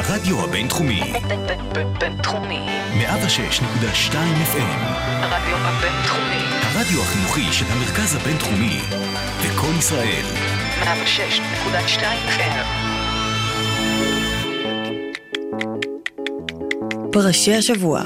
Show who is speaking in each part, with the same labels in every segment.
Speaker 1: הרדיו הבינתחומי.
Speaker 2: בינתחומי.
Speaker 1: 106.2 FM.
Speaker 2: הרדיו הבינתחומי.
Speaker 1: הרדיו החינוכי של המרכז הבינתחומי. וכל ישראל.
Speaker 2: 106.2 FM.
Speaker 3: פרשי השבוע.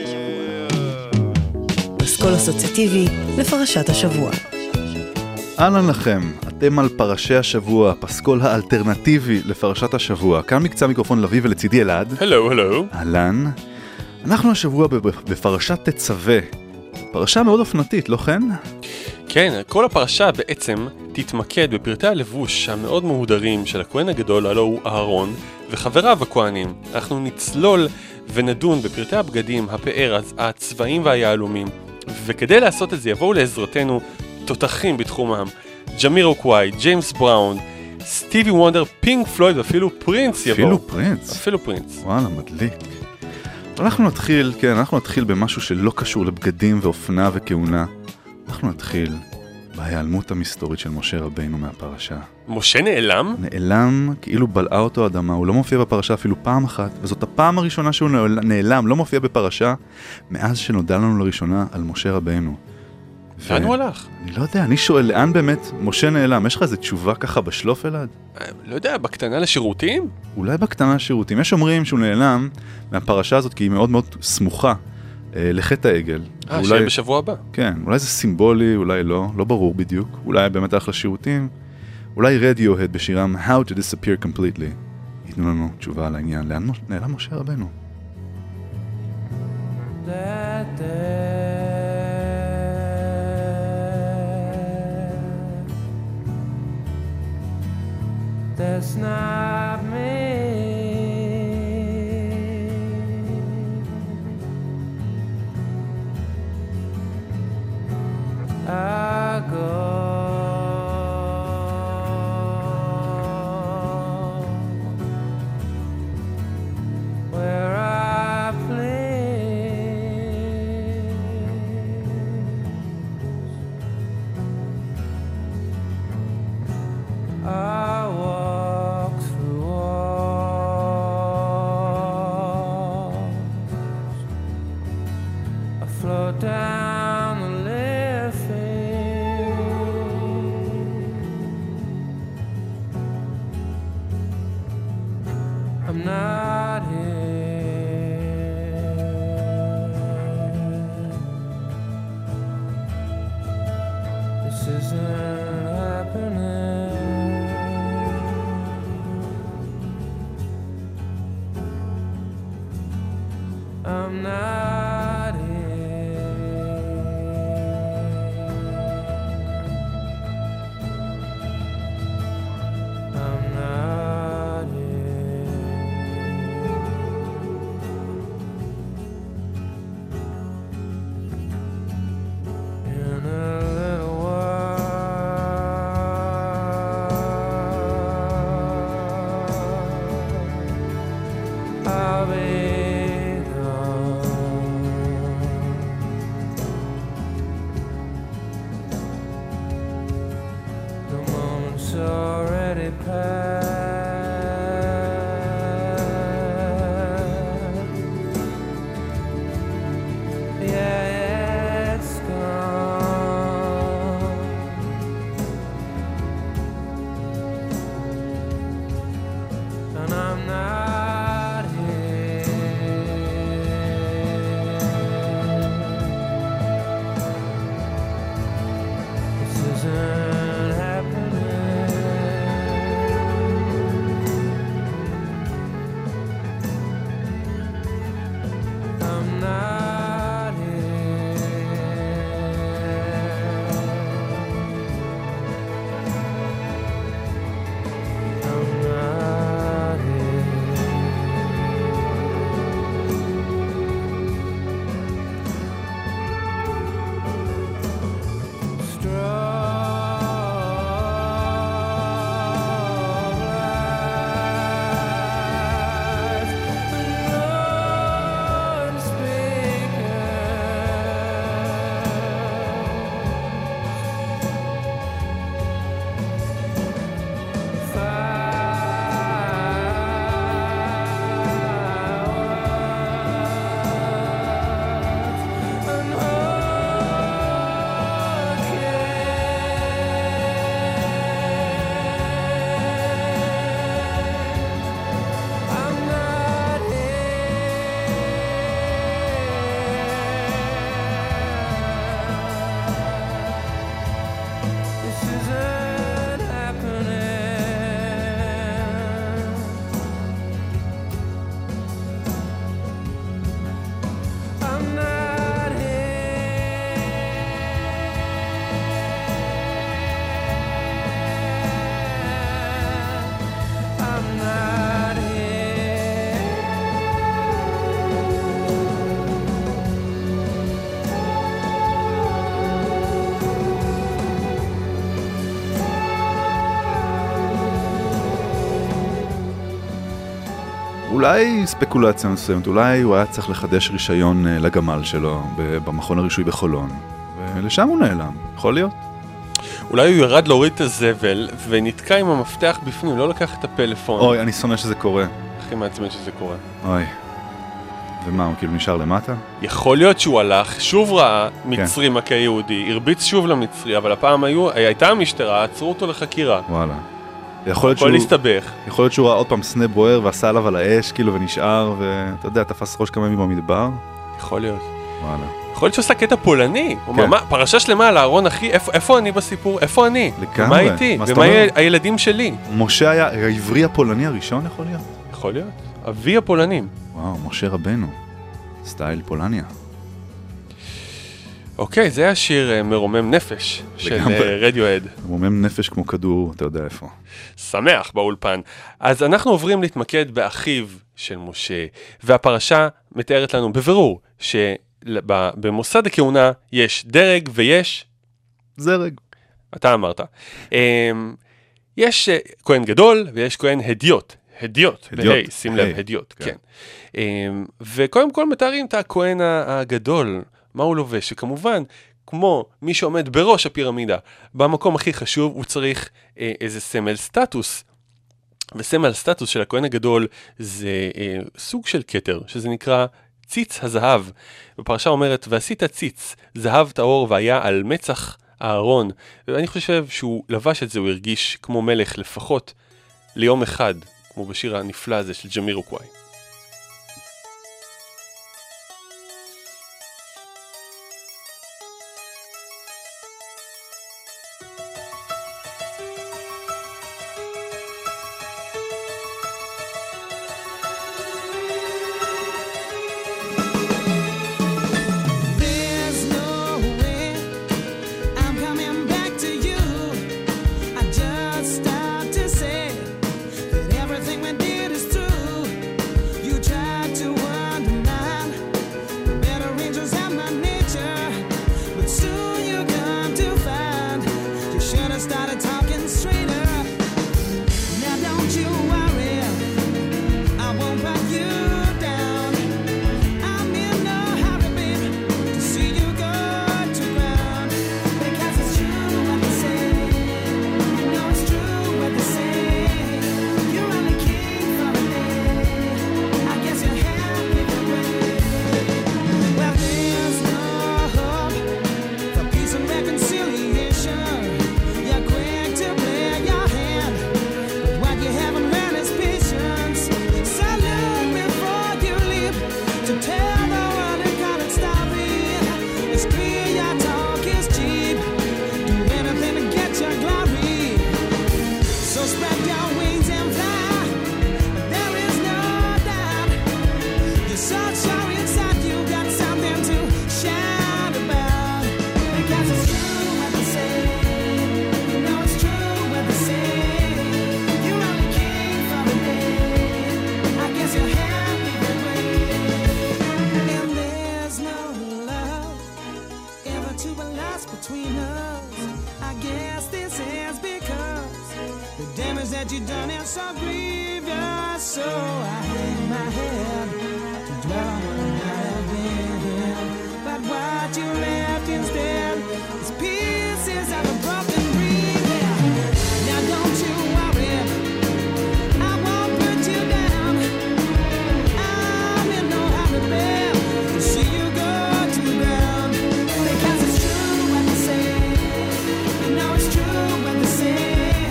Speaker 3: פסקול אסוציאטיבי לפרשת השבוע.
Speaker 4: אהלן לכם, אתם על פרשי השבוע, פסקול האלטרנטיבי לפרשת השבוע. כאן מקצה מיקרופון לוי ולצידי אלעד.
Speaker 5: הלו.
Speaker 4: אהלן. אנחנו השבוע בפרשת תצווה. פרשה מאוד אופנתית, לא כן?
Speaker 5: כן, כל הפרשה בעצם תתמקד בפרטי הלבוש המאוד מהודרים של הכהן הגדול, הלא הוא אהרון, וחבריו הכהנים. אנחנו נצלול ונדון בפרטי הבגדים, הפאר, הצבעים והיהלומים. וכדי לעשות את זה יבואו לעזרתנו תותחים בתחומם. ג'מירוקוואי, ג'יימס בראון, סטיבי וונדר, פינק פלויד ואפילו פרינס יבואו. אפילו פרינס.
Speaker 4: וואלה, מדליק. אנחנו נתחיל במשהו שלא קשור לבגדים ואופנה וכהונה. אנחנו נתחיל בהיעלמות המסתורית של משה רבינו מהפרשה.
Speaker 5: משה נעלם?
Speaker 4: נעלם, כאילו בלעה אותו אדמה. הוא לא מופיע בפרשה אפילו פעם אחת, וזאת הפעם הראשונה שהוא נעלם, לא מופיע בפרשה, מאז שנודע לנו לראשונה על משה רבינו.
Speaker 5: לאן הוא הלך?
Speaker 4: אני לא יודע, אני שואל, לאן באמת משה נעלם? יש לך איזו תשובה ככה בשלוף אלעד?
Speaker 5: לא יודע, בקטנה לשירותים?
Speaker 4: אולי בקטנה לשירותים. יש אומרים שהוא נעלם מהפרשה הזאת כי היא מאוד מאוד סמוכה לחטא העגל.
Speaker 5: שיהיה בשבוע הבא.
Speaker 4: כן, אולי זה סימבולי, אולי לא ברור בדיוק. אולי באמת הלך לשירותים. אולי רדיוהד בשירם How to Disappear Completely ייתנו לנו תשובה על העניין. לאן נעלם משה רבנו?
Speaker 6: That's not me. I go where I please. I walk through walls. I float down the I'm not here. This isn't happening. I'm not here. I'm not here. In a little while I'll be gone. The moment's already passed. Yeah, it's gone. And I'm not here. This isn't happening.
Speaker 4: אולי ספקולציה מסוימת, אולי הוא היה צריך לחדש רישיון לגמל שלו במכון הרישוי בחולון, ולשם הוא נעלם, יכול להיות?
Speaker 5: אולי הוא ירד להוריד את הזבל ונתקע עם המפתח בפנים, לא לקח את הפלאפון.
Speaker 4: אוי, אני שונא שזה קורה.
Speaker 5: הכי מעצבן שזה קורה.
Speaker 4: אוי. ומה, הוא כאילו נשאר למטה?
Speaker 5: יכול להיות שהוא הלך, שוב ראה מצרי מכה יהודי, הרביץ שוב למצרי, אבל הפעם הייתה המשטרה, עצרו אותו לחקירה.
Speaker 4: וואלה.
Speaker 5: הכל להסתבך.
Speaker 4: יכול להיות שהוא ראה עוד פעם סנה בוער ועשה עליו על האש, כאילו, ונשאר, ואתה יודע, תפס ראש כמה ימים במדבר.
Speaker 5: יכול להיות.
Speaker 4: וואלה.
Speaker 5: יכול להיות שעושה קטע פולני. הוא אומר, מה, פרשה שלמה על אהרון אחי, איפה אני בסיפור? איפה אני?
Speaker 4: לגמרי.
Speaker 5: ומה איתי? ומה הילדים שלי?
Speaker 4: משה היה העברי הפולני הראשון, יכול להיות?
Speaker 5: יכול להיות. אבי הפולנים.
Speaker 4: וואו, משה רבנו. סטייל פולניה.
Speaker 5: אוקיי, זה היה שיר מרומם נפש של רדיוהד.
Speaker 4: מרומם נפש כמו כדור, אתה יודע איפה.
Speaker 5: שמח באולפן. אז אנחנו עוברים להתמקד באחיו של משה, והפרשה מתארת לנו בבירור שבמוסד הכהונה יש דרג ויש
Speaker 4: זרג.
Speaker 5: אתה אמרת. יש כהן גדול ויש כהן הדיוט. הדיוט, שים לב, הדיוט, כן. וקודם כל מתארים את הכהן הגדול, מה הוא לובש, שכמובן, כמו מי שעומד בראש הפירמידה, במקום הכי חשוב הוא צריך איזה סמל סטטוס. וסמל סטטוס של הכהן הגדול זה סוג של כתר, שזה נקרא ציץ הזהב. בפרשה אומרת, ועשית ציץ, זהב טהור והיה על מצח הארון. ואני חושב שהוא לבש את זה, הוא הרגיש כמו מלך לפחות ליום אחד, כמו בשיר הנפלא הזה של ג'מירוקוואי.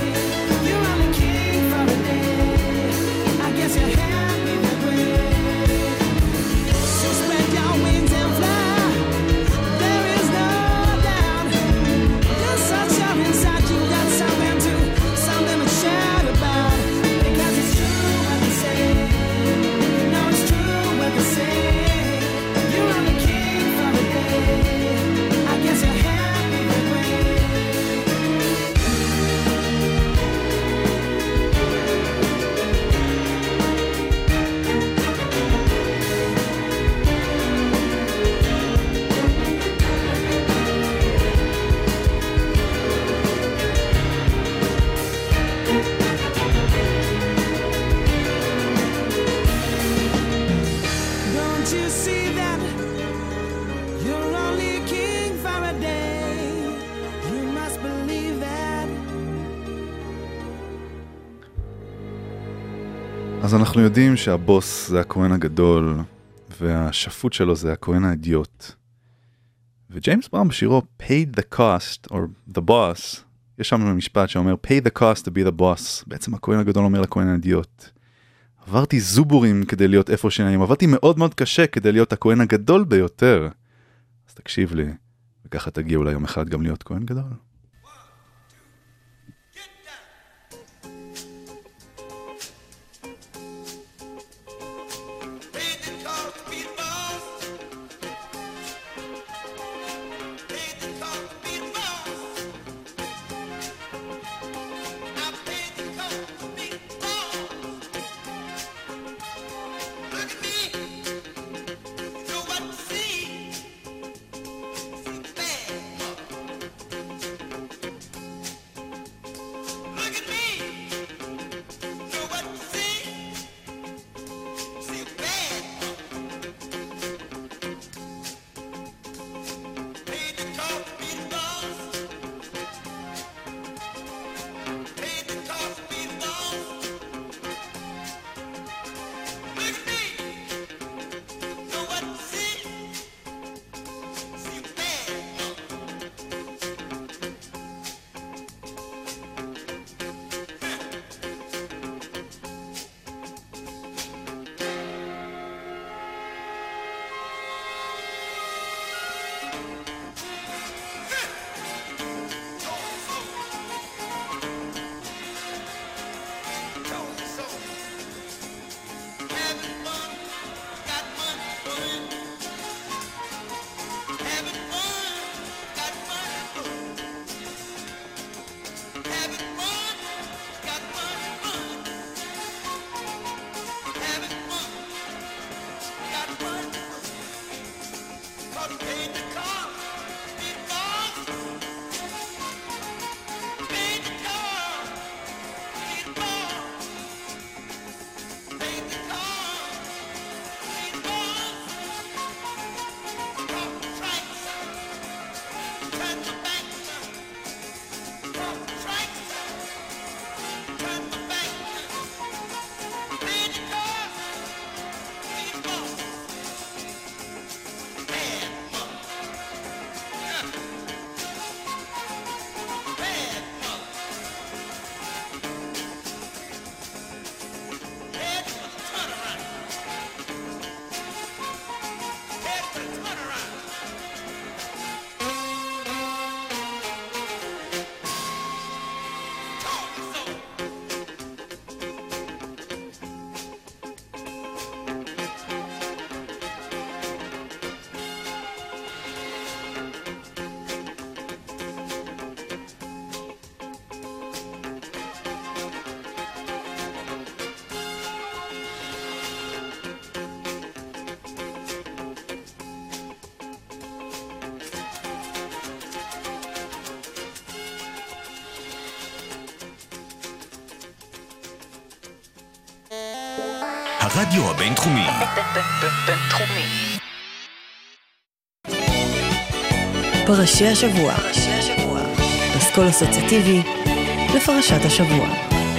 Speaker 7: I guess you're happy that way.
Speaker 4: אז אנחנו יודעים שהבוס זה הכהן הגדול, והשפוט שלו זה הכהן האידיוט. וג'יימס בראון בשירו paid the cost, or the boss, יש שם משפט שאומר pay the cost to be the boss. בעצם הכהן הגדול אומר לכהן האידיוט. עברתי זובורים כדי להיות איפה שנעים, עברתי מאוד מאוד קשה כדי להיות הכהן הגדול ביותר. אז תקשיב לי, וככה תגיע אולי יום אחד גם להיות כהן גדול.
Speaker 1: הרדיו הבינתחומי.
Speaker 2: בינתחומי.
Speaker 3: פרשי השבוע. אסכול אסוציאטיבי לפרשת השבוע.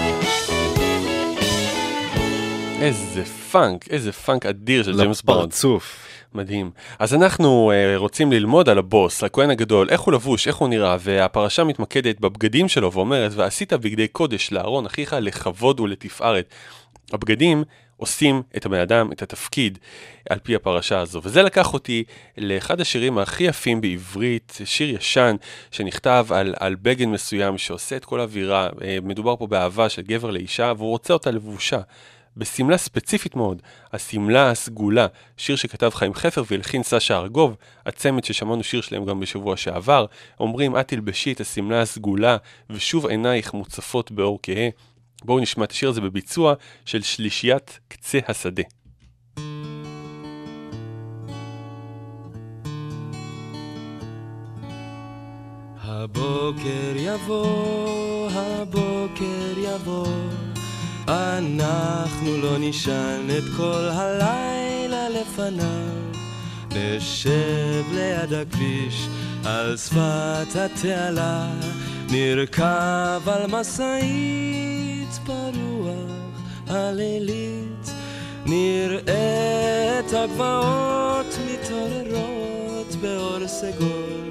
Speaker 5: איזה פאנק אדיר של ג'יימס בראון.
Speaker 4: לפרצוף.
Speaker 5: מדהים. אז אנחנו רוצים ללמוד על הבוס, הכהן הגדול, איך הוא לבוש, איך הוא נראה, והפרשה מתמקדת בבגדים שלו ואומרת, ועשית בגדי קודש לארון אחיך לכבוד ולתפארת. הבגדים עושים את הבן אדם, את התפקיד, על פי הפרשה הזו. וזה לקח אותי לאחד השירים הכי יפים בעברית, שיר ישן שנכתב על בגד מסוים שעושה את כל האווירה. מדובר פה באהבה של גבר לאישה, והוא רוצה אותה לבושה. בסמלה ספציפית מאוד, הסמלה הסגולה, שיר שכתב חיים חפר והלחין סשה ארגוב, הצמד ששמענו שיר שלהם גם בשבוע שעבר, אומרים, את תלבשי את הסמלה הסגולה, ושוב עינייך מוצפות באור כהה. בואו נשמע את השיר הזה בביצוע של שלישיית קצה השדה.
Speaker 6: הבוקר יבוא, אנחנו לא נשען את כל הלילה לפניו, נשב ליד הכביש על שפת התעלה, נרכב על מסעית ברוח, הלילית, נראה את הגבעות מתעוררות באור סגול,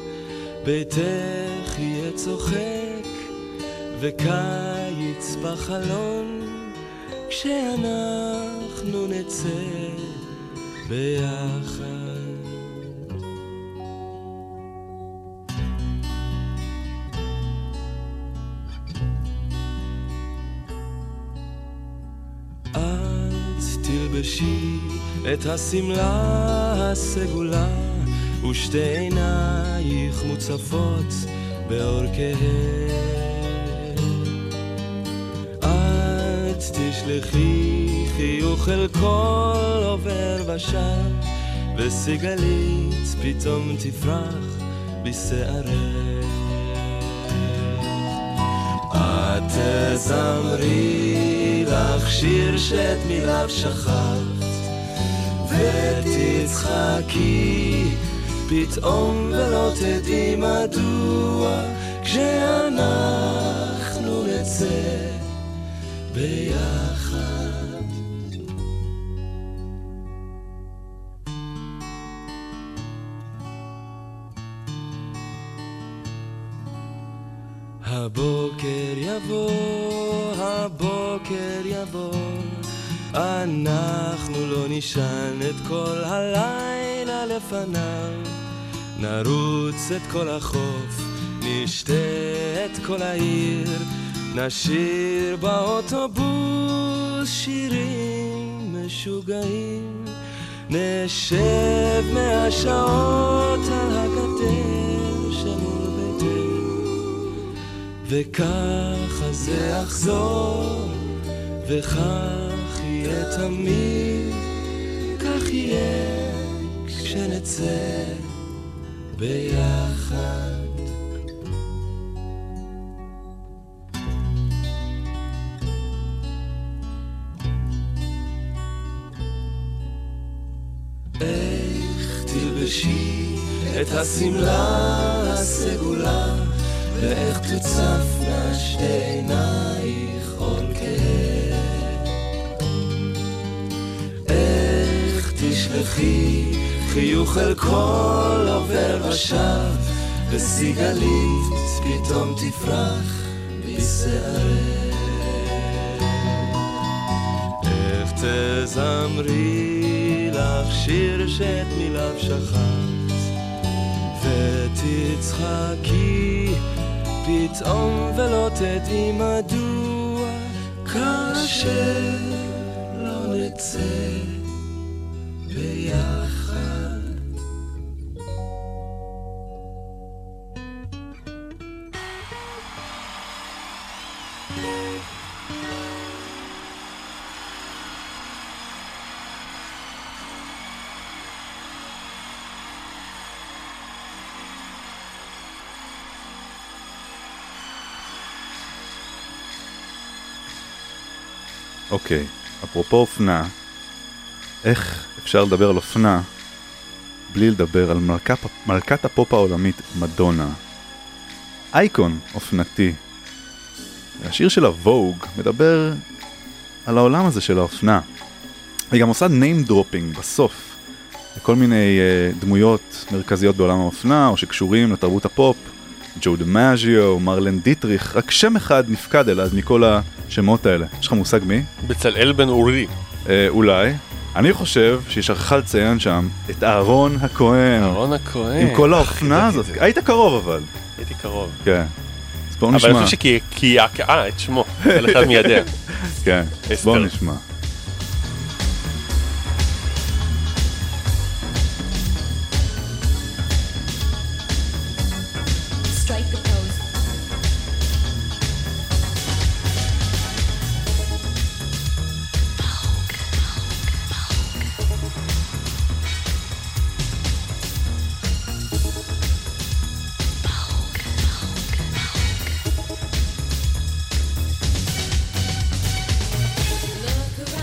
Speaker 6: ביתך יהיה צוחק וקיץ בחלון, כשאנחנו נצא ביחד. תלבשי את הסמלה הסגולה ושתי עינייך מוצפות באור כהה. את תשלחי חיוך אל כל עובר ושב, וסיגלית פתאום תפרח בשערך. את תזמרי לך שיר שאת מיליו שכחת, ותצחקי פתאום ולא תדעי מדוע, כשאנחנו נצא ביחד. הבוקר יבוא, הבוקר יבוא, אנחנו לא נשען את כל הלילה לפניו, נרוץ את כל החוף, נשתה את כל העיר, נשיר באוטובוס שירים משוגעים, נשב 100 שעות על הגדר שמול ביתך, וככה זה יחזור, וכך יהיה תמיד, כך יהיה כשנצא ביחד. איך תלבשי את הסמלה הסגולה, ואיך תוצפנה שתי עינייך אור כהה, איך תשלחי חיוך אל כל עובר ושב, וסיגלית פתאום תפרח בשערך. איך תזמרי לך שיר שאת מיליו שכחת, ותצחקי פתאום ולא תדעי מדוע, כאשר לא נצא ביחד.
Speaker 4: אוקיי, אפרופו אופנה, איך אפשר לדבר על אופנה בלי לדבר על מלכת הפופ העולמית מדונה, אייקון אופנתי. השיר שלה ווג מדבר על העולם הזה של האופנה. היא גם עושה name dropping בסוף לכל מיני דמויות מרכזיות בעולם האופנה או שקשורים לתרבות הפופ, ג'ו דמאז'יו, מרלן דיטריך, רק שם אחד נפקד אליו מכל השמות האלה. יש לך מושג מי?
Speaker 5: בצלאל בן אורי.
Speaker 4: אולי. אני חושב שיש שכחה לציין שם את אהרון הכהן.
Speaker 5: אהרון הכהן.
Speaker 4: עם כל האופנה הזאת. היית קרוב אבל.
Speaker 5: הייתי קרוב.
Speaker 4: כן. אז בואו נשמע.
Speaker 5: אבל אני חושב כי את שמו, כל אחד מידע.
Speaker 4: כן, בואו נשמע.
Speaker 7: Look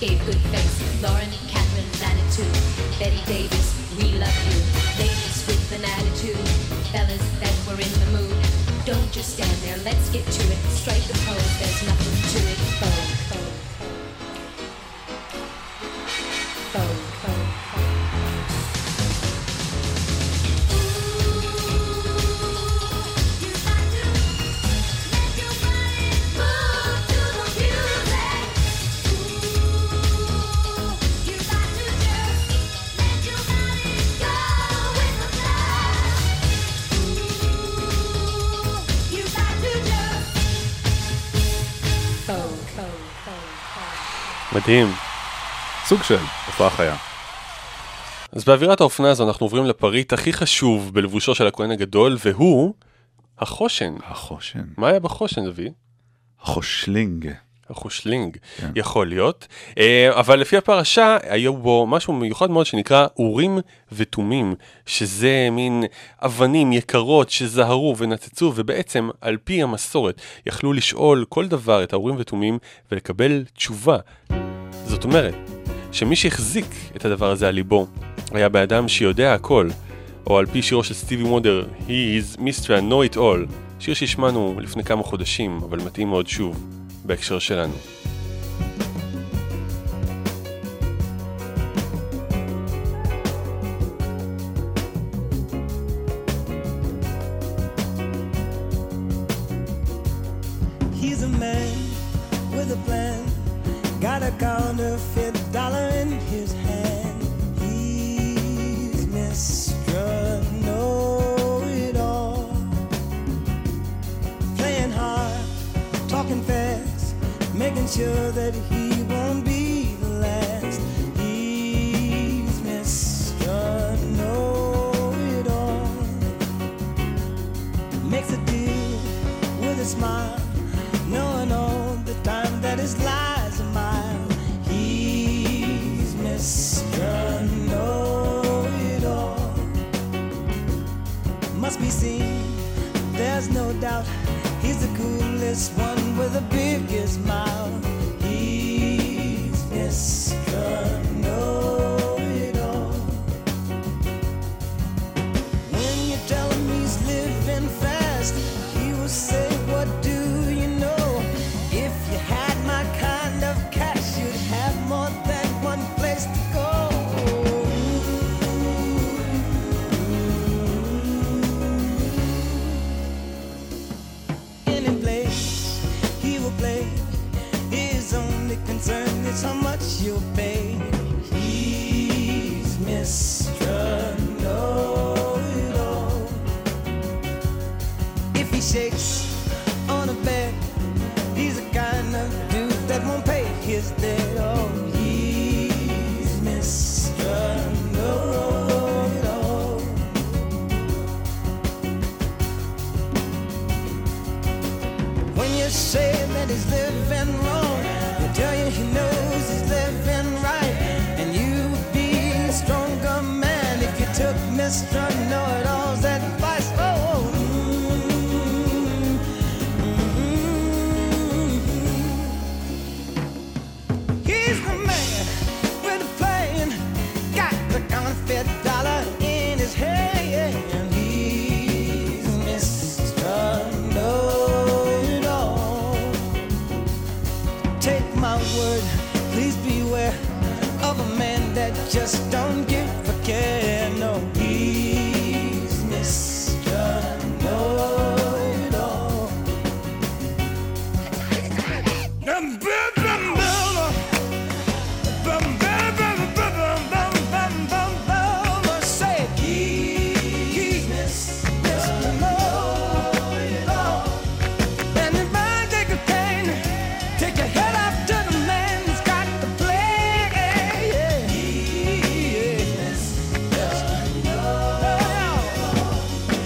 Speaker 7: gave good face. Lauren, Catherine, Xanadu, Betty Davis, we love you. Ladies with an attitude, fellas that were in the mood. Don't just stand there, let's get to it. Strike the pose, there's nothing to it. Vogue, vogue, vogue, vogue,
Speaker 5: מדהים.
Speaker 4: סוג של הופעה חיה.
Speaker 5: אז באווירת האופנה הזו אנחנו עוברים לפריט הכי חשוב בלבושו של הכהן הגדול, והוא החושן.
Speaker 4: החושן.
Speaker 5: מה היה בחושן, דוד?
Speaker 4: החושלינג.
Speaker 5: החושלינג,
Speaker 4: כן.
Speaker 5: יכול להיות. אבל לפי הפרשה, היו בו משהו מיוחד מאוד שנקרא אורים ותומים, שזה מין אבנים יקרות שזהרו ונצצו, ובעצם על פי המסורת יכלו לשאול כל דבר את האורים ותומים ולקבל תשובה. זאת אומרת, שמי שהחזיק את הדבר הזה על ליבו, היה באדם שיודע הכל, או על פי שירו של סטיבי וונדר, He is Mr. Know It All, שיר שהשמענו לפני כמה חודשים, אבל מתאים מאוד שוב. בהקשר שלנו.
Speaker 6: He's a man with a plan, got a counterfeit dollar in his hand. He's Mr. Know-it-all, playing hard, talking fast, making sure that he won't be the last. He's Mr. Know-it-all, makes a deal with a smile, knowing all the time that his lies are mild. He's Mr. Know-it-all, must be seen, there's no doubt. He's the coolest one with the biggest smile. He's Mr. Know-it-all. When you tell him he's living fast, he will say, what do you know? If you had my kind of cash, you'd have more than one place to go. Concern is how much you'll pay. He's Mr. Know-it-all. If he shakes on a bed, he's the kind of dude that won't pay his debt. Oh, he's Mr. Know-it-all. When you say that he's living wrong, tell you he knows he's living right, and you would be a stronger man if you took Mr. Know-it-all's advice. Oh, he's the man with the plan, got the counterfeit dollar in his hand. He's Mr. Know-it-all. Take my word, please beware of a man that just don't give a care. No, he's Mr. Know-it-all. Say he's Mr. Know-it-all. And if I take a cane, take your head off to the man who's got the plague. He's Mr. Know-it-all.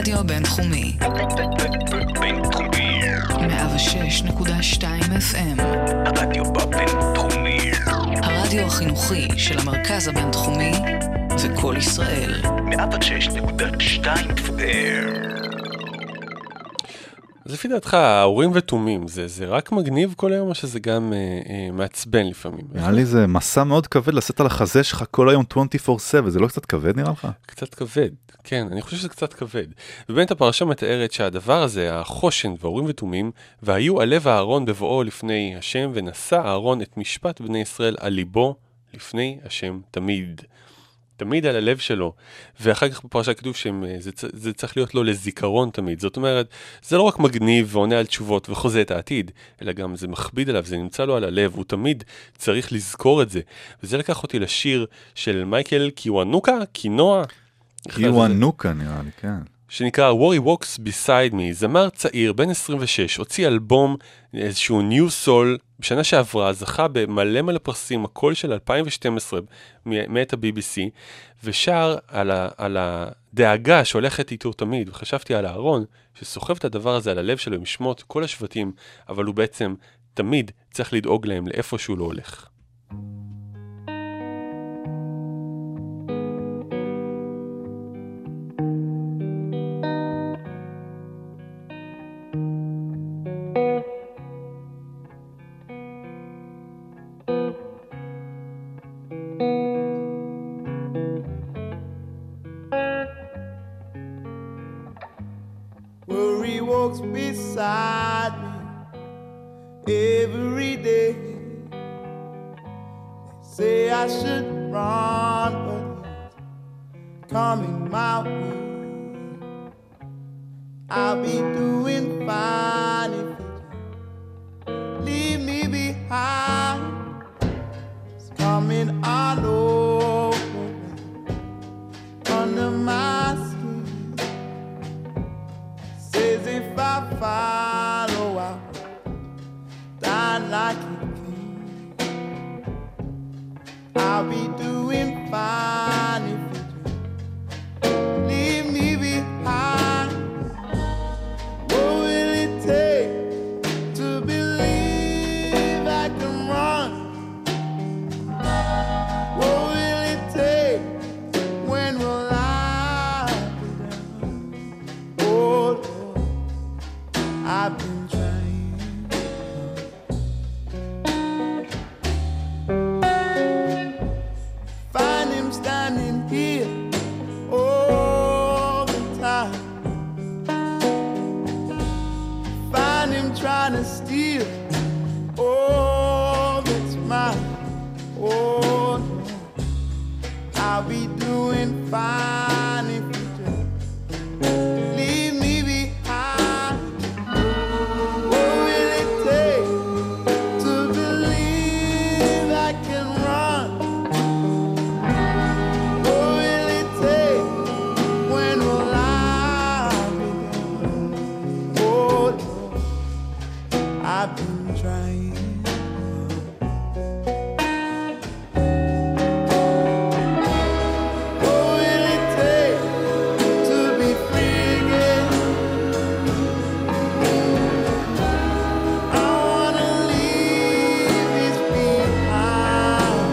Speaker 2: הרדיו הבינתחומי.
Speaker 1: בינתחומי.
Speaker 2: 106.2 FM.
Speaker 1: הרדיו בבינתחומי.
Speaker 2: הרדיו החינוכי של המרכז הבינתחומי זה כל ישראל.
Speaker 1: 106.2 FM.
Speaker 5: אז לפי דעתך, ההורים ותומים, זה רק מגניב כל היום, או שזה גם מעצבן לפעמים?
Speaker 4: נראה לי זה מסע מאוד כבד לשאת על החזה שלך כל היום 24/7, זה לא קצת כבד נראה לך?
Speaker 5: קצת כבד, כן, אני חושב שזה קצת כבד. ובאמת הפרשה מתארת שהדבר הזה, החושן וההורים ותומים, והיו על לב הארון בבואו לפני השם, ונשא הארון את משפט בני ישראל על ליבו לפני השם תמיד. תמיד על הלב שלו, ואחר כך בפרשה כתוב שזה צריך להיות לו לזיכרון תמיד. זאת אומרת, זה לא רק מגניב ועונה על תשובות וחוזה את העתיד, אלא גם זה מכביד עליו, זה נמצא לו על הלב, הוא תמיד צריך לזכור את זה. וזה לקח אותי לשיר של מייקל קיוונוקה,
Speaker 4: קיוונוקה נראה לי, כן.
Speaker 5: שנקרא Worry Walks Beside Me, זמר צעיר, בן 26, הוציא אלבום, איזשהו New Soul, בשנה שעברה, זכה במלא פרסים, הקול של 2012, מאת ה-BBC, ושר על הדאגה שהולכת איתו תמיד, וחשבתי על הארון, שסוחב את הדבר הזה על הלב שלו, עם שמות כל השבטים, אבל הוא בעצם תמיד צריך לדאוג להם לאיפה שהוא לא הולך.
Speaker 6: Worry walks beside me every day. They say I should run, but he's coming my way. I'll be doing fine if you leave me behind. It's coming all over under my skin. Says if I follow, I'll die like a king. I'll be doing fine if you just leave me behind. What will it take to believe I can run? What will it take? When will I be done? Oh Lord, I've been trying. Find him standing here all the time. Find him trying to steal all that's mine. Oh no, I'll be doing fine if you just leave me behind. What will it take to believe I can run? What will it take? When will I be done? Oh Lord, I've been trying. What will it take to be free again? I wanna leave this behind.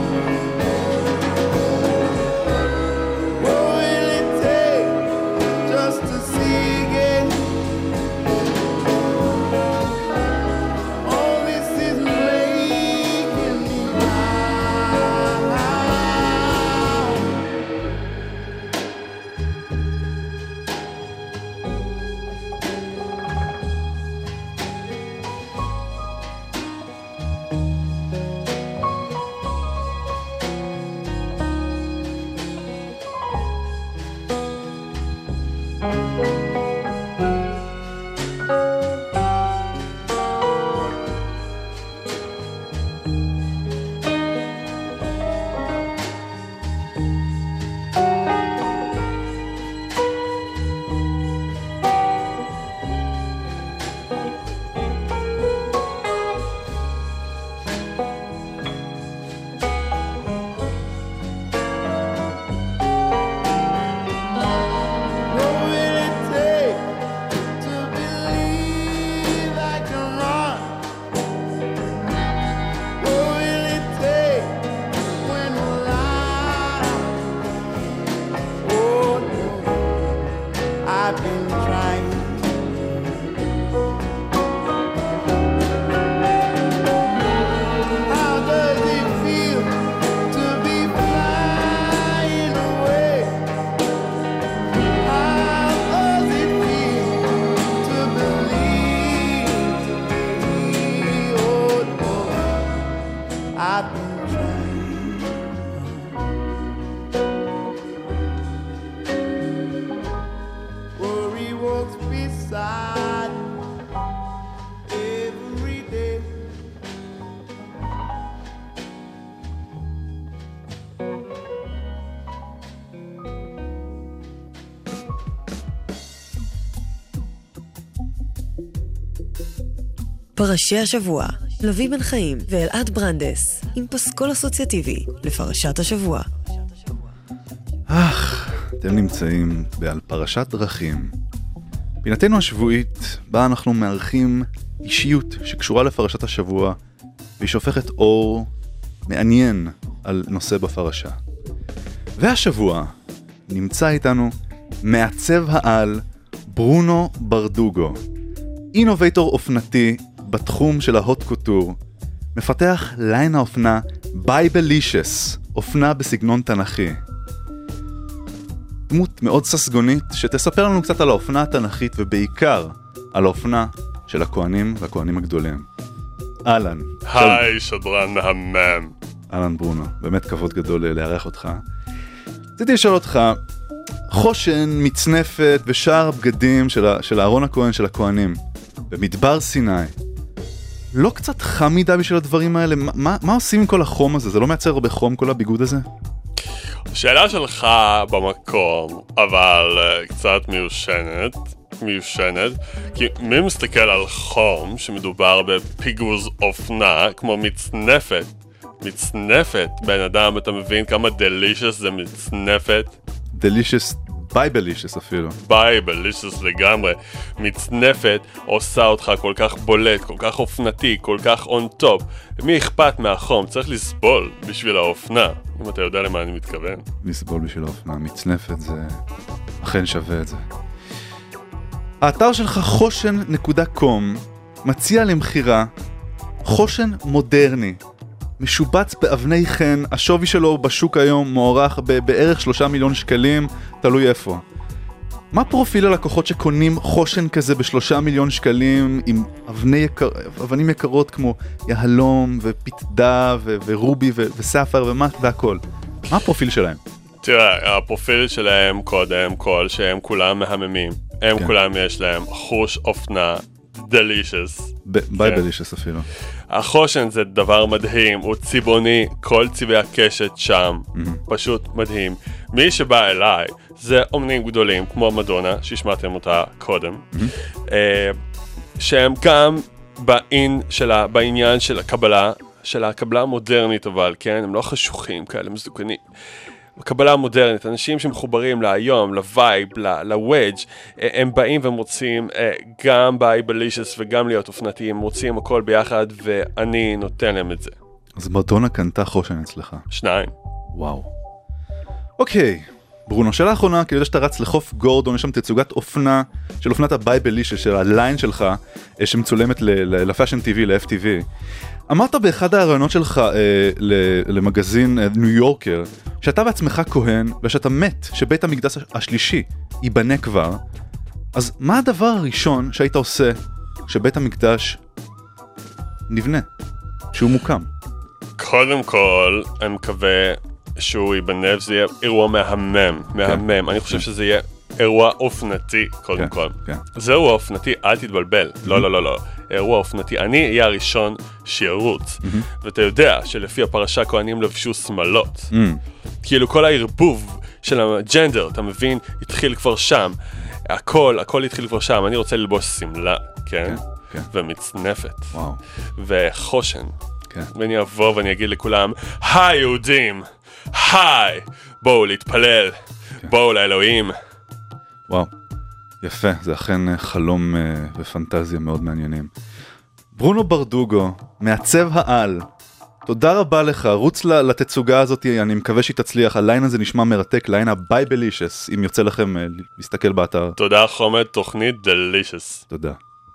Speaker 6: What will it take just to see again? All this is I've been trying. Worry walks beside every day.
Speaker 3: פרשי השבוע, לוי בן חיים ואלעד ברנדס, עם פסקול אסוציאטיבי לפרשת השבוע.
Speaker 4: אתם נמצאים על פרשת דרכים. פינתנו השבועית, בה אנחנו מארחים אישיות שקשורה לפרשת השבוע, והיא שופכת אור מעניין על נושא בפרשה. והשבוע נמצא איתנו מעצב העל ברונו ברדוגו, אינובייטור אופנתי בתחום של ההוט קוטור, מפתח ליין האופנה בייבלישס, אופנה בסגנון תנכי. דמות מאוד ססגונית שתספר לנו קצת על האופנה התנכית ובעיקר על האופנה של הכהנים והכהנים הגדולים. אהלן.
Speaker 5: היי, שדרן מהמם.
Speaker 4: אהלן ברונו, באמת כבוד גדול לארח אותך. רציתי לשאול אותך, חושן, מצנפת ושאר הבגדים של אהרון הכהן של הכהנים במדבר סיני, לא קצת חם מדי בשביל הדברים האלה? מה עושים עם כל החום הזה? זה לא מייצר הרבה חום כל הביגוד הזה?
Speaker 5: שאלה שלך במקום, אבל קצת מיושנת, כי מי מסתכל על חום שמדובר בפיגוז אופנה כמו מצנפת, בן אדם, אתה מבין כמה דלישס זה מצנפת?
Speaker 4: דלישס, בייבלישס אפילו.
Speaker 5: בייבלישס לגמרי. מצנפת עושה אותך כל כך בולט, כל כך אופנתי, כל כך און טופ. מי אכפת מהחום? צריך לסבול בשביל האופנה. אם אתה יודע למה אני מתכוון.
Speaker 4: לסבול בשביל האופנה. מצנפת זה אכן שווה את זה. האתר שלך חושן.com מציע למחירה חושן מודרני, משובץ באבני חן. השווי שלו בשוק היום מוערך בערך 3 מיליון שקלים, תלוי איפה. מה פרופיל הלקוחות שקונים חושן כזה ב3 מיליון שקלים עם אבנים יקרות כמו יהלום ופתדה ורובי וספר והכל? מה הפרופיל שלהם?
Speaker 5: תראה, הפרופיל שלהם קודם כל שהם כולם מהממים. הם כולם יש להם חוש אופנה דלישס.
Speaker 4: בייבלישס אפילו.
Speaker 5: החושן זה דבר מדהים, הוא צבעוני, כל צבעי הקשת שם, פשוט מדהים. מי שבא אליי זה אומנים גדולים כמו מדונה, שהשמעתם אותה קודם, שהם גם בעניין של הקבלה המודרנית, אבל כן, הם לא חשוכים כאלה, מזדוקנים. הקבלה המודרנית, אנשים שמחוברים להיום, לווייב, לוודג', הם באים והם רוצים גם בייבלישס וגם להיות אופנתיים, הם רוצים הכל ביחד ואני נותן להם את זה.
Speaker 4: אז מדונה קנתה חושן אצלך?
Speaker 5: 2.
Speaker 4: וואו. אוקיי, ברונו, שאלה האחרונה, כי אני יודע שאתה רץ לחוף גורדון, יש שם תצוגת אופנה של אופנת הבייבלישס, של הליין שלך, שמצולמת לפאשן TV, ל-FTV. אמרת באחד הרעיונות שלך למגזין ניו יורקר, שאתה בעצמך כהן, ושאתה מת שבית המקדש השלישי ייבנה כבר. אז מה הדבר הראשון שהיית עושה שבית המקדש נבנה, שהוא מוקם?
Speaker 5: קודם כל, אני מקווה שהוא ייבנה, וזה יהיה אירוע מהמם. אני חושב שזה יהיה אירוע אופנתי, קודם כל. זה אירוע אופנתי, אל תתבלבל. לא. אירוע אופנתי. אני אהיה הראשון שירוץ. ואתה יודע שלפי הפרשה כהנים לבשו שמלות. כאילו כל הערבוב של הג'נדר, אתה מבין, התחיל כבר שם. הכל התחיל כבר שם. אני רוצה ללבוש סמלה, כן? ומצנפת. וחושן. ואני אבוא ואני אגיד לכולם, היי יהודים! היי! בואו להתפלל. בואו לאלוהים.
Speaker 4: וואו, יפה, זה אכן חלום ופנטזיה מאוד מעניינים. ברונו ברדוגו, מעצב העל, תודה רבה לך, רוץ לתצוגה הזאת, אני מקווה שהיא תצליח, הליין הזה נשמע מרתק, ליין הבייבלישס, אם יוצא לכם להסתכל באתר.
Speaker 5: תודה חומד, תוכנית דלישס.
Speaker 4: תודה.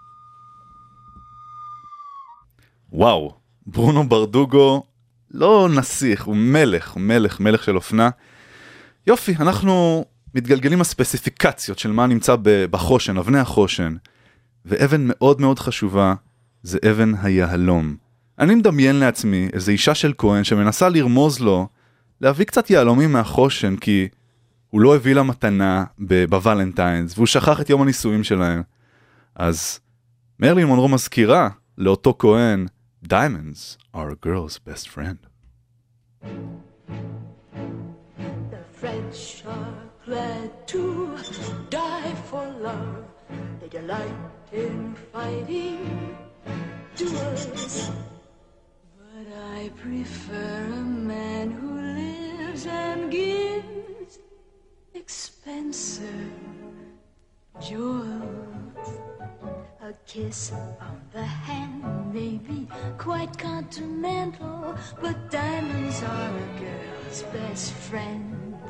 Speaker 4: וואו, ברונו ברדוגו לא נסיך, הוא מלך של אופנה. יופי, אנחנו מתגלגלים הספציפיקציות של מה נמצא בחושן, אבני החושן, ואבן מאוד מאוד חשובה זה אבן היהלום. אני מדמיין לעצמי איזו אישה של כהן שמנסה לרמוז לו להביא קצת יהלומים מהחושן, כי הוא לא הביא לה מתנה בוולנטיינס, והוא שכח את יום הנישואים שלהם. אז מרלין מונרו מזכירה לאותו כהן, Diamonds are a girl's best friend.
Speaker 8: The French are glad to die for love. They delight in fighting duels. But I prefer a man who lives and gives expensive jewels. A kiss on the hand may be quite continental, but diamonds are a girl's best friend.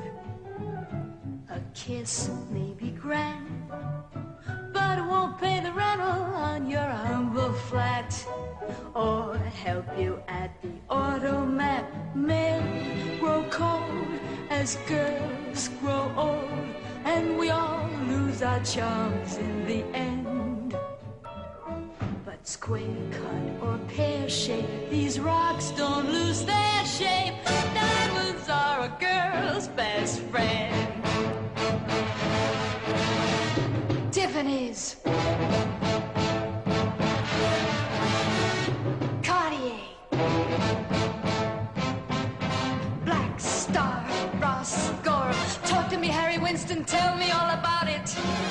Speaker 8: A kiss may be grand, but won't pay the rental on your humble flat, or help you at the automat. Men grow cold as girls grow old, and we all lose our charms in the end. But square cut or pear shape, these rocks don't lose their shape. Diamonds are a girl's best friend. Tiffany's, Cartier, Black Star, Ross Gore. Talk to me, Harry Winston, tell me all about it.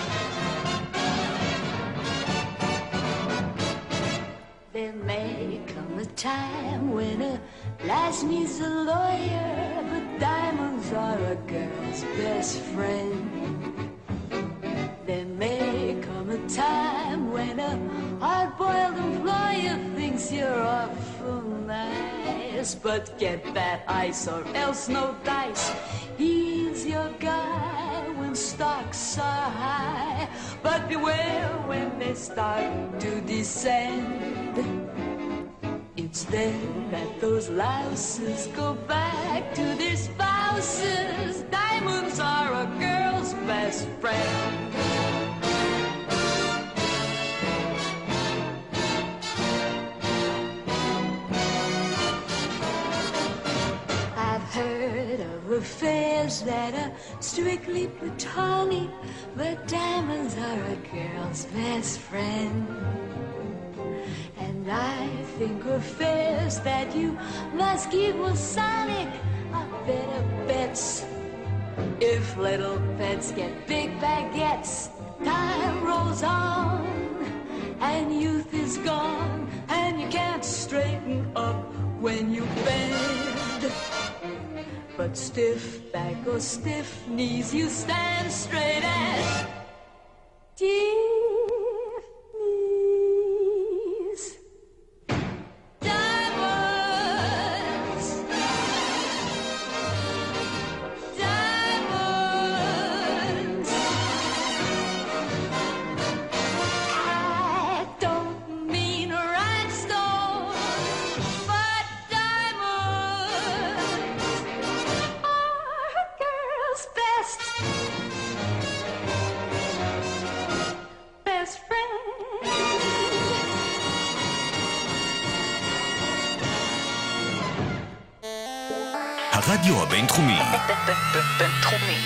Speaker 8: There may come a time when a lass needs a lawyer, but diamonds are a girl's best friend. There may come a time when a hard-boiled employer thinks you're awful nice, but get that ice or else no dice. He's your guy when stocks are high, but beware when they start to descend. It's then that those louses go back to their spouses. Diamonds are a girl's best friend. I've heard of affairs that are strictly platonic, but diamonds are a girl's best friend. And I think affairs that you must keep Masonic are better bets. If little pets get big baguettes, time rolls on and youth is gone, and you can't straighten up when you bend. But stiff back or stiff knees, you stand straight as Tiffany's. Diamonds, diamonds. I don't mean rhinestones, but diamonds are a girl's best friend.
Speaker 1: הרדיו הבינתחומי.
Speaker 2: בינתחומי.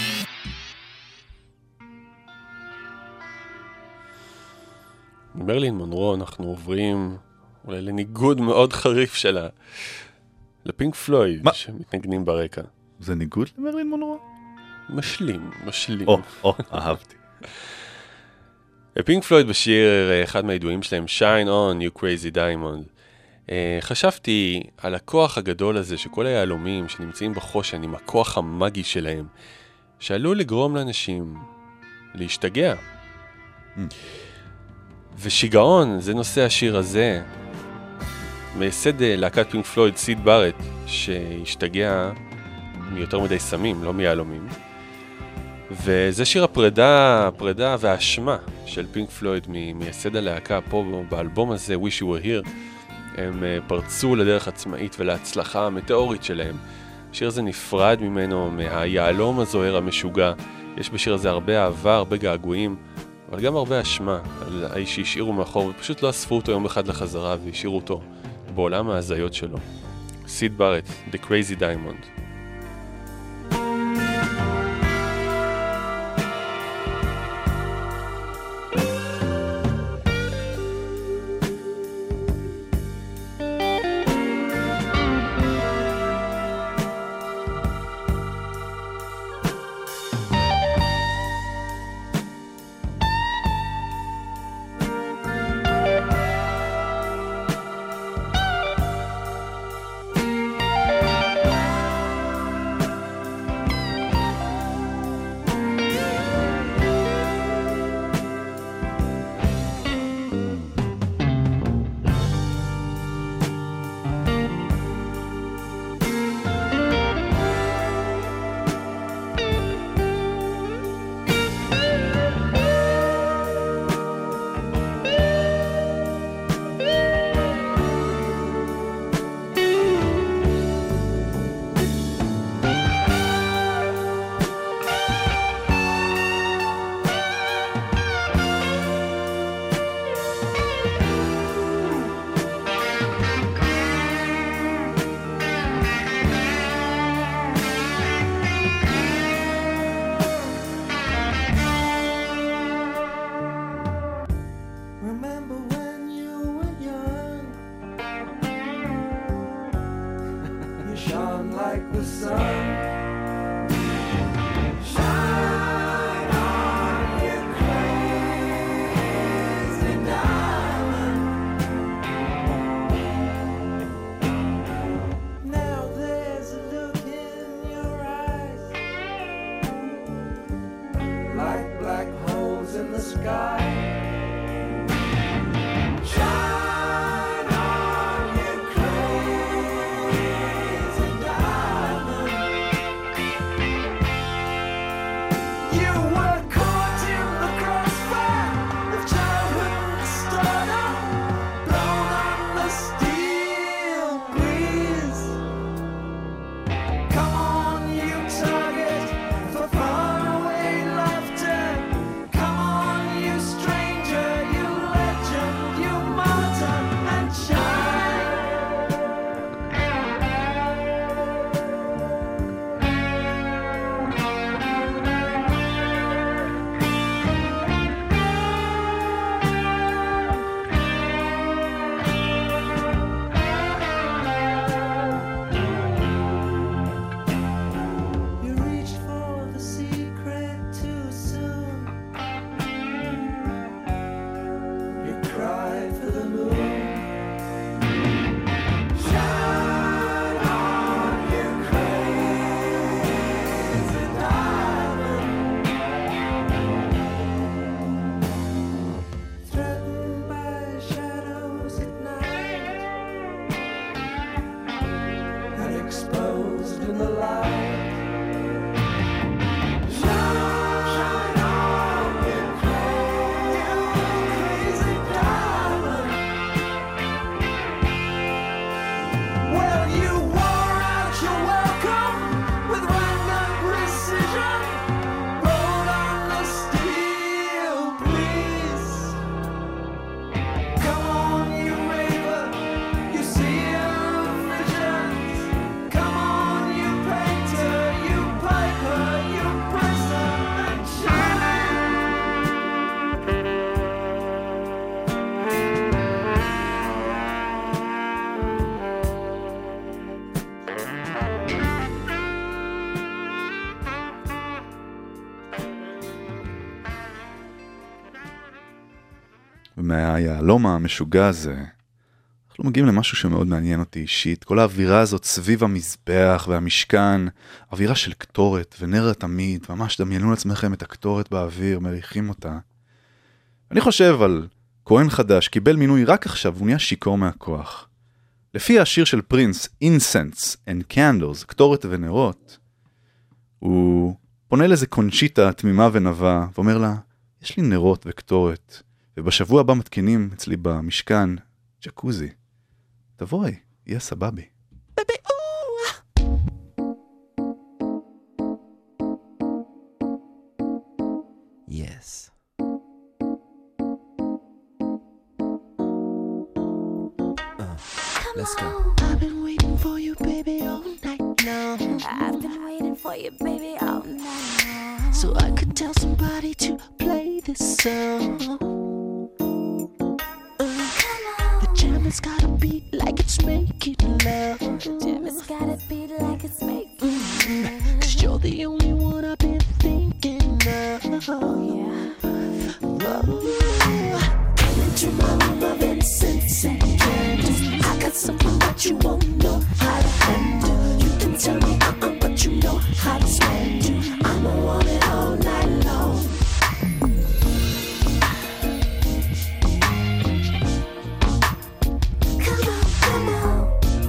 Speaker 5: מרלין מונרו אנחנו עוברים אולי לניגוד מאוד חריף שלה, לפינק פלויד שמתנגנים ברקע.
Speaker 4: זה ניגוד למרלין מונרו?
Speaker 5: משלים.
Speaker 4: אהבתי.
Speaker 5: פינק פלויד בשיר אחד מהידועים שלהם, Shine On You Crazy Diamond. חשבתי על הכוח הגדול הזה שכל היהלומים שנמצאים בחושן עם הכוח המאגי שלהם, שעלול לגרום לאנשים להשתגע. ושיגעון, זה נושא השיר הזה. מייסד להקת פינק פלויד, סיד בארט, שהשתגע מיותר מדי סמים, לא מיהלומים. וזה שיר הפרידה והאשמה של פינק פלויד ממייסד הלהקה פה באלבום הזה, Wish You Were Here. הם פרצו לדרך עצמאית ולהצלחה המטאורית שלהם. השיר הזה נפרד ממנו, מהיהלום הזוהר המשוגע. יש בשיר הזה הרבה אהבה, הרבה געגועים, אבל גם הרבה אשמה על האיש שהשאירו מאחור, ופשוט לא אספו אותו יום אחד לחזרה והשאירו אותו בעולם ההזיות שלו. סיד בארט, The Crazy Diamond.
Speaker 4: מהיעלום המשוגע הזה, אנחנו מגיעים למשהו שמאוד מעניין אותי אישית. כל האווירה הזאת סביב המזבח והמשכן, אווירה של קטורת ונר תמיד, ממש דמיינו לעצמכם את הקטורת באוויר, מריחים אותה. אני חושב על כהן חדש, קיבל מינוי רק עכשיו, הוא נהיה שיקור מהכוח. לפי השיר של פרינס, Incense and Candles, קטורת ונרות, הוא פונה לזה קונצ'יטה תמימה ונבה, ואומר לה, יש לי נרות וקטורת, ובשבוע הבא מתקינים אצלי במשכן ג'קוזי. תבואי, יהיה סבבי.
Speaker 9: Yes. Let's go.
Speaker 6: I've been waiting for you, baby, all night long.
Speaker 8: I've been waiting for you, baby, all night long.
Speaker 6: So I could tell somebody to play this song. The jam has got a beat like it's making love.
Speaker 8: The jam has got a beat like it's making love.
Speaker 6: 'Cause you're the only one I've been thinking of.
Speaker 8: Oh yeah.
Speaker 6: Come into my room of incense and candles. I got something that you won't know how to handle. You can tell me but you know how to spend it. I'ma want it all night long. Come on, come on.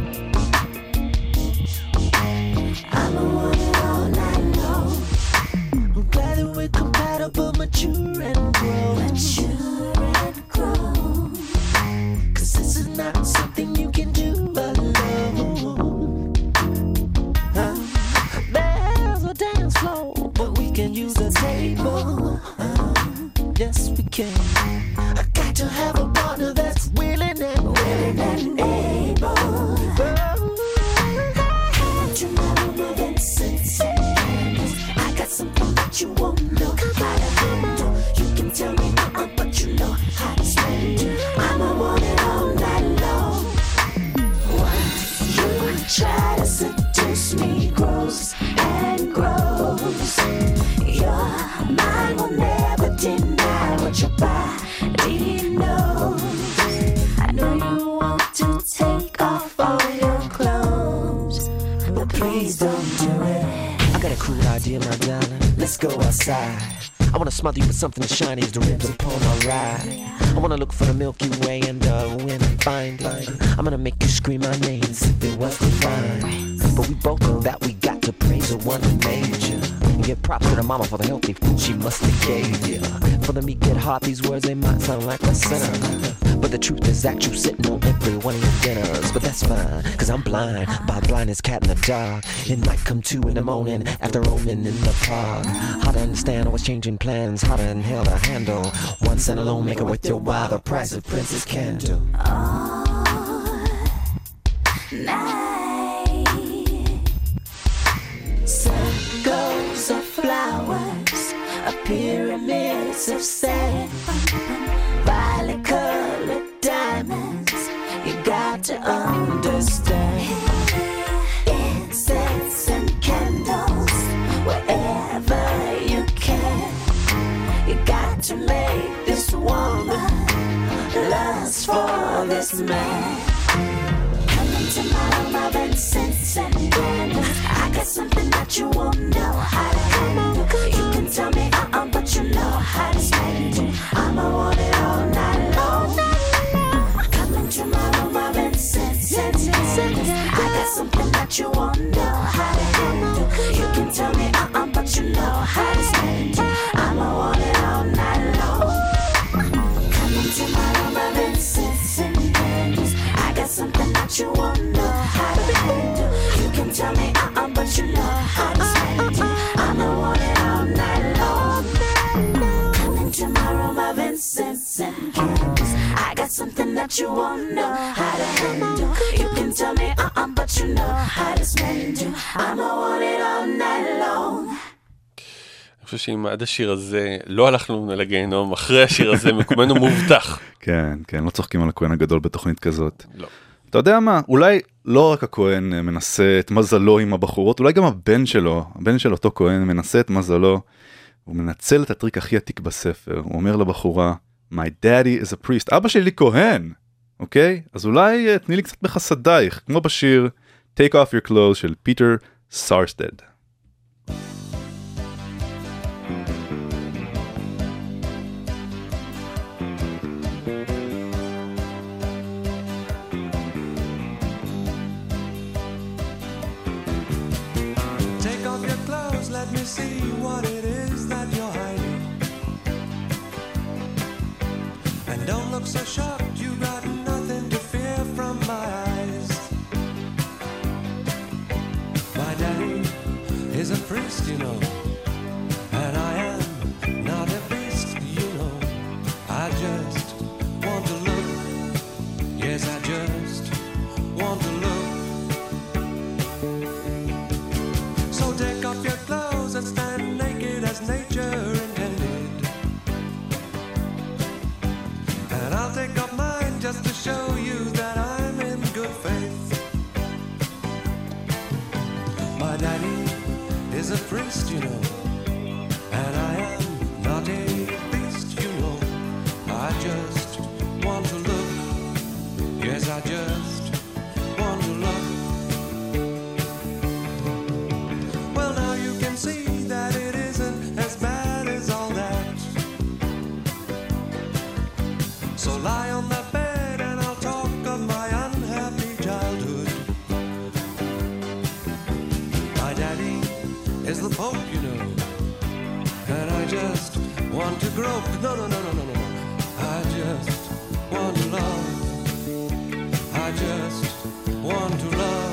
Speaker 6: I'ma want it all night long. I'm glad that we're compatible, mature and grown. Cause this is not something you can do alone. There's a dance floor, but we can use a table. Yes, we can. I got to have a partner that's willing and able. To my room of incense and candles. I got something that you won't know how to handle. You can tell me but you know how to spend it. I'ma want it all night long. Once you try to seduce me, grows and grows. Your mind will never deny what your body knows. I know you want to take off all your clothes, but please don't do it. I got a cool idea, my darling. Let's go outside. I wanna smother you with something as shiny as the ribs upon my ride. I wanna look for the Milky Way and when I find it, I'm gonna make you scream my name as if it was divine. But we both know that we got to praise the one who made you. And give props to the mama for the healthy food she must have gave you. For the meat get hard, these words they might sound like a sinner, but the truth is that you sitting on every one of your dinners. But that's fine, cause I'm blind, by blind as cat in the dark. It might come 2 in the morning after roaming in the park. How to understand always changing plans, how to inhale the handle. One cent alone make it worth your while, the price of Princess Candle.
Speaker 8: Night. Circles of flowers, a pyramids of sand, violet colored diamonds. You got to understand. Incense and candles, wherever you can. You got to make this woman lust for this man. Come into my room of incense and candles. I got something that you won't know how to handle. You can tell me but you know how to spend it. I'ma want it all night long. Come into my room of incense and candles. I got something that you won't know how to handle. You can tell me but you know how to spend it. I'ma want it all night long. Come into my room of incense and candles. I got something that you won't know how to handle. You can tell me but you know how to spend it. I'ma want it all night long. Come into my room of incense and candles. I got something that you won't know how to handle. You can tell me but you know how to spend it. I'ma want it all night long.
Speaker 5: אני חושב שאם עד השיר הזה לא הלכנו לגיהנום, אחרי השיר הזה מקומנו מובטח.
Speaker 4: כן, כן, לא צוחקים על הכהן הגדול בתוכנית כזאת.
Speaker 5: לא.
Speaker 4: אתה יודע מה, אולי לא רק הכהן מנסה את מזלו עם הבחורות, אולי גם הבן של אותו כהן מנסה את מזלו, הוא מנצל את הטריק הכי עתיק בספר, הוא אומר לבחורה, My daddy is a priest, אבא שלי כהן, אוקיי? אז אולי תני לי קצת בחסדייך, כמו בשיר Take Off Your Clothes של פיטר סארסטד.
Speaker 10: Let me see what it is that you're hiding. And don't look so shocked, you got nothing to fear from my eyes. My daddy is a priest, you know, and I am not a beast, you know. I just want to look, yes, I just want is the Pope, you know. And I just want to grope. No. I just want to love. I just want to love.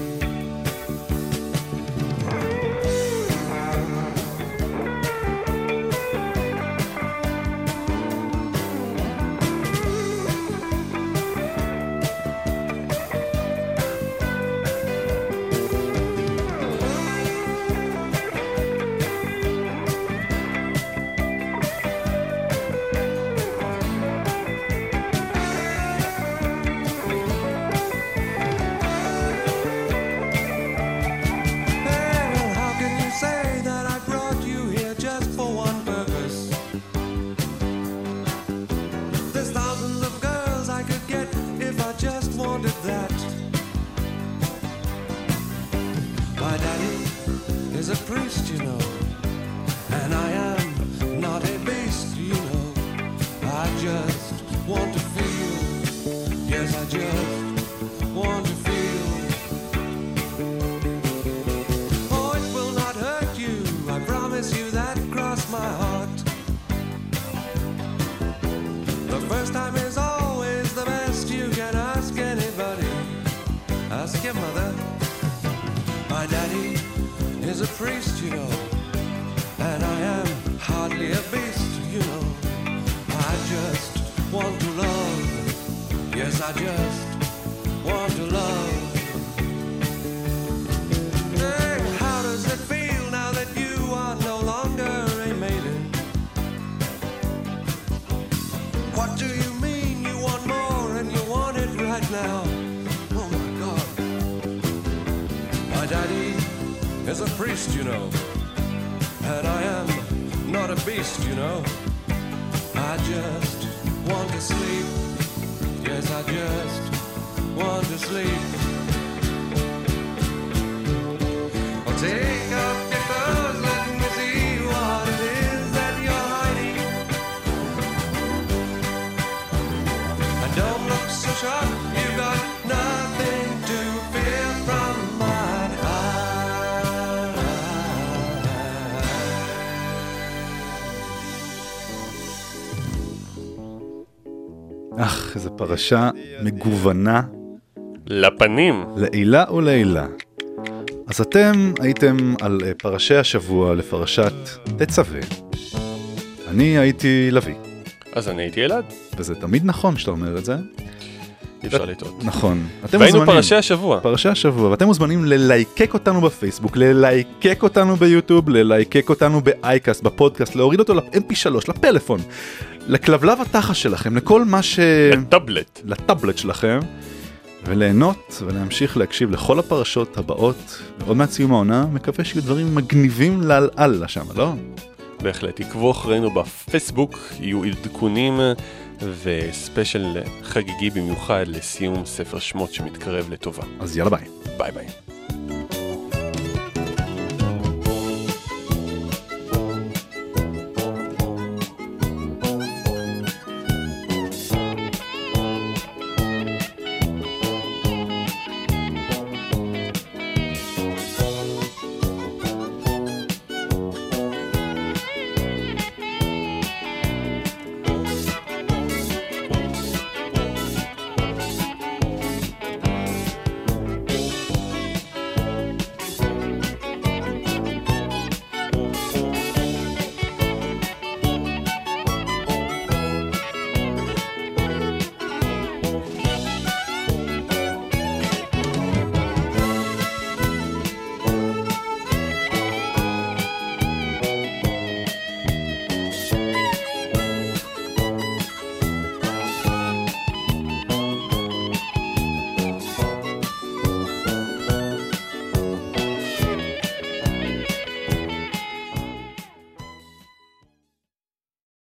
Speaker 10: A priest, you know, and I am not a beast, you know. I just want to feel, yes, I just want to feel. Oh, it will not hurt you, I promise you that, cross my heart. The first time is always the best, you can ask anybody. Ask your mother, my daddy is a priest, you know, and I am hardly a beast, you know. I just want to love, yes, I just want to love. Hey, how does it feel now that you are no longer a maiden? What do you mean you want more and you want it right now? Oh my God. My daddy is a priest, you know, and I am not a beast, you know. I just want to sleep, yes, I just want to sleep. Oh, take off your clothes, let me see what it is that you're hiding. And don't look so sharp, you got nothing to fear from mine.
Speaker 4: איזו פרשה מגוונה.
Speaker 5: לפנים.
Speaker 4: לעילה ולעילה. אז אתם הייתם על פרשי השבוע לפרשת תצווה. אני הייתי לוי.
Speaker 5: אז אני הייתי אלעד.
Speaker 4: וזה תמיד נכון שאתה אומר את זה.
Speaker 5: אי אפשר לטעות.
Speaker 4: נכון.
Speaker 5: והיינו פרשי השבוע.
Speaker 4: פרשי השבוע, ואתם מוזמנים ללייקק אותנו בפייסבוק, ללייקק אותנו ביוטיוב, ללייקק אותנו באייקאסט, בפודקאסט, להוריד אותו ל-MP3, לפלאפון, לכלבלב התחת שלכם, לכל מה
Speaker 5: לטאבלט.
Speaker 4: לטאבלט שלכם, וליהנות ולהמשיך להקשיב לכל הפרשות הבאות, ועוד מעט סיום העונה, מקווה שיהיו דברים מגניבים לאללה שם, לא?
Speaker 5: בהחלט, עקבו אחרינו בפייסבוק, יהיו עדכונים וספיישל חגיגי במיוחד לסיום ספר שמות שמתקרב לטובה.
Speaker 4: אז יאללה ביי.
Speaker 5: ביי ביי.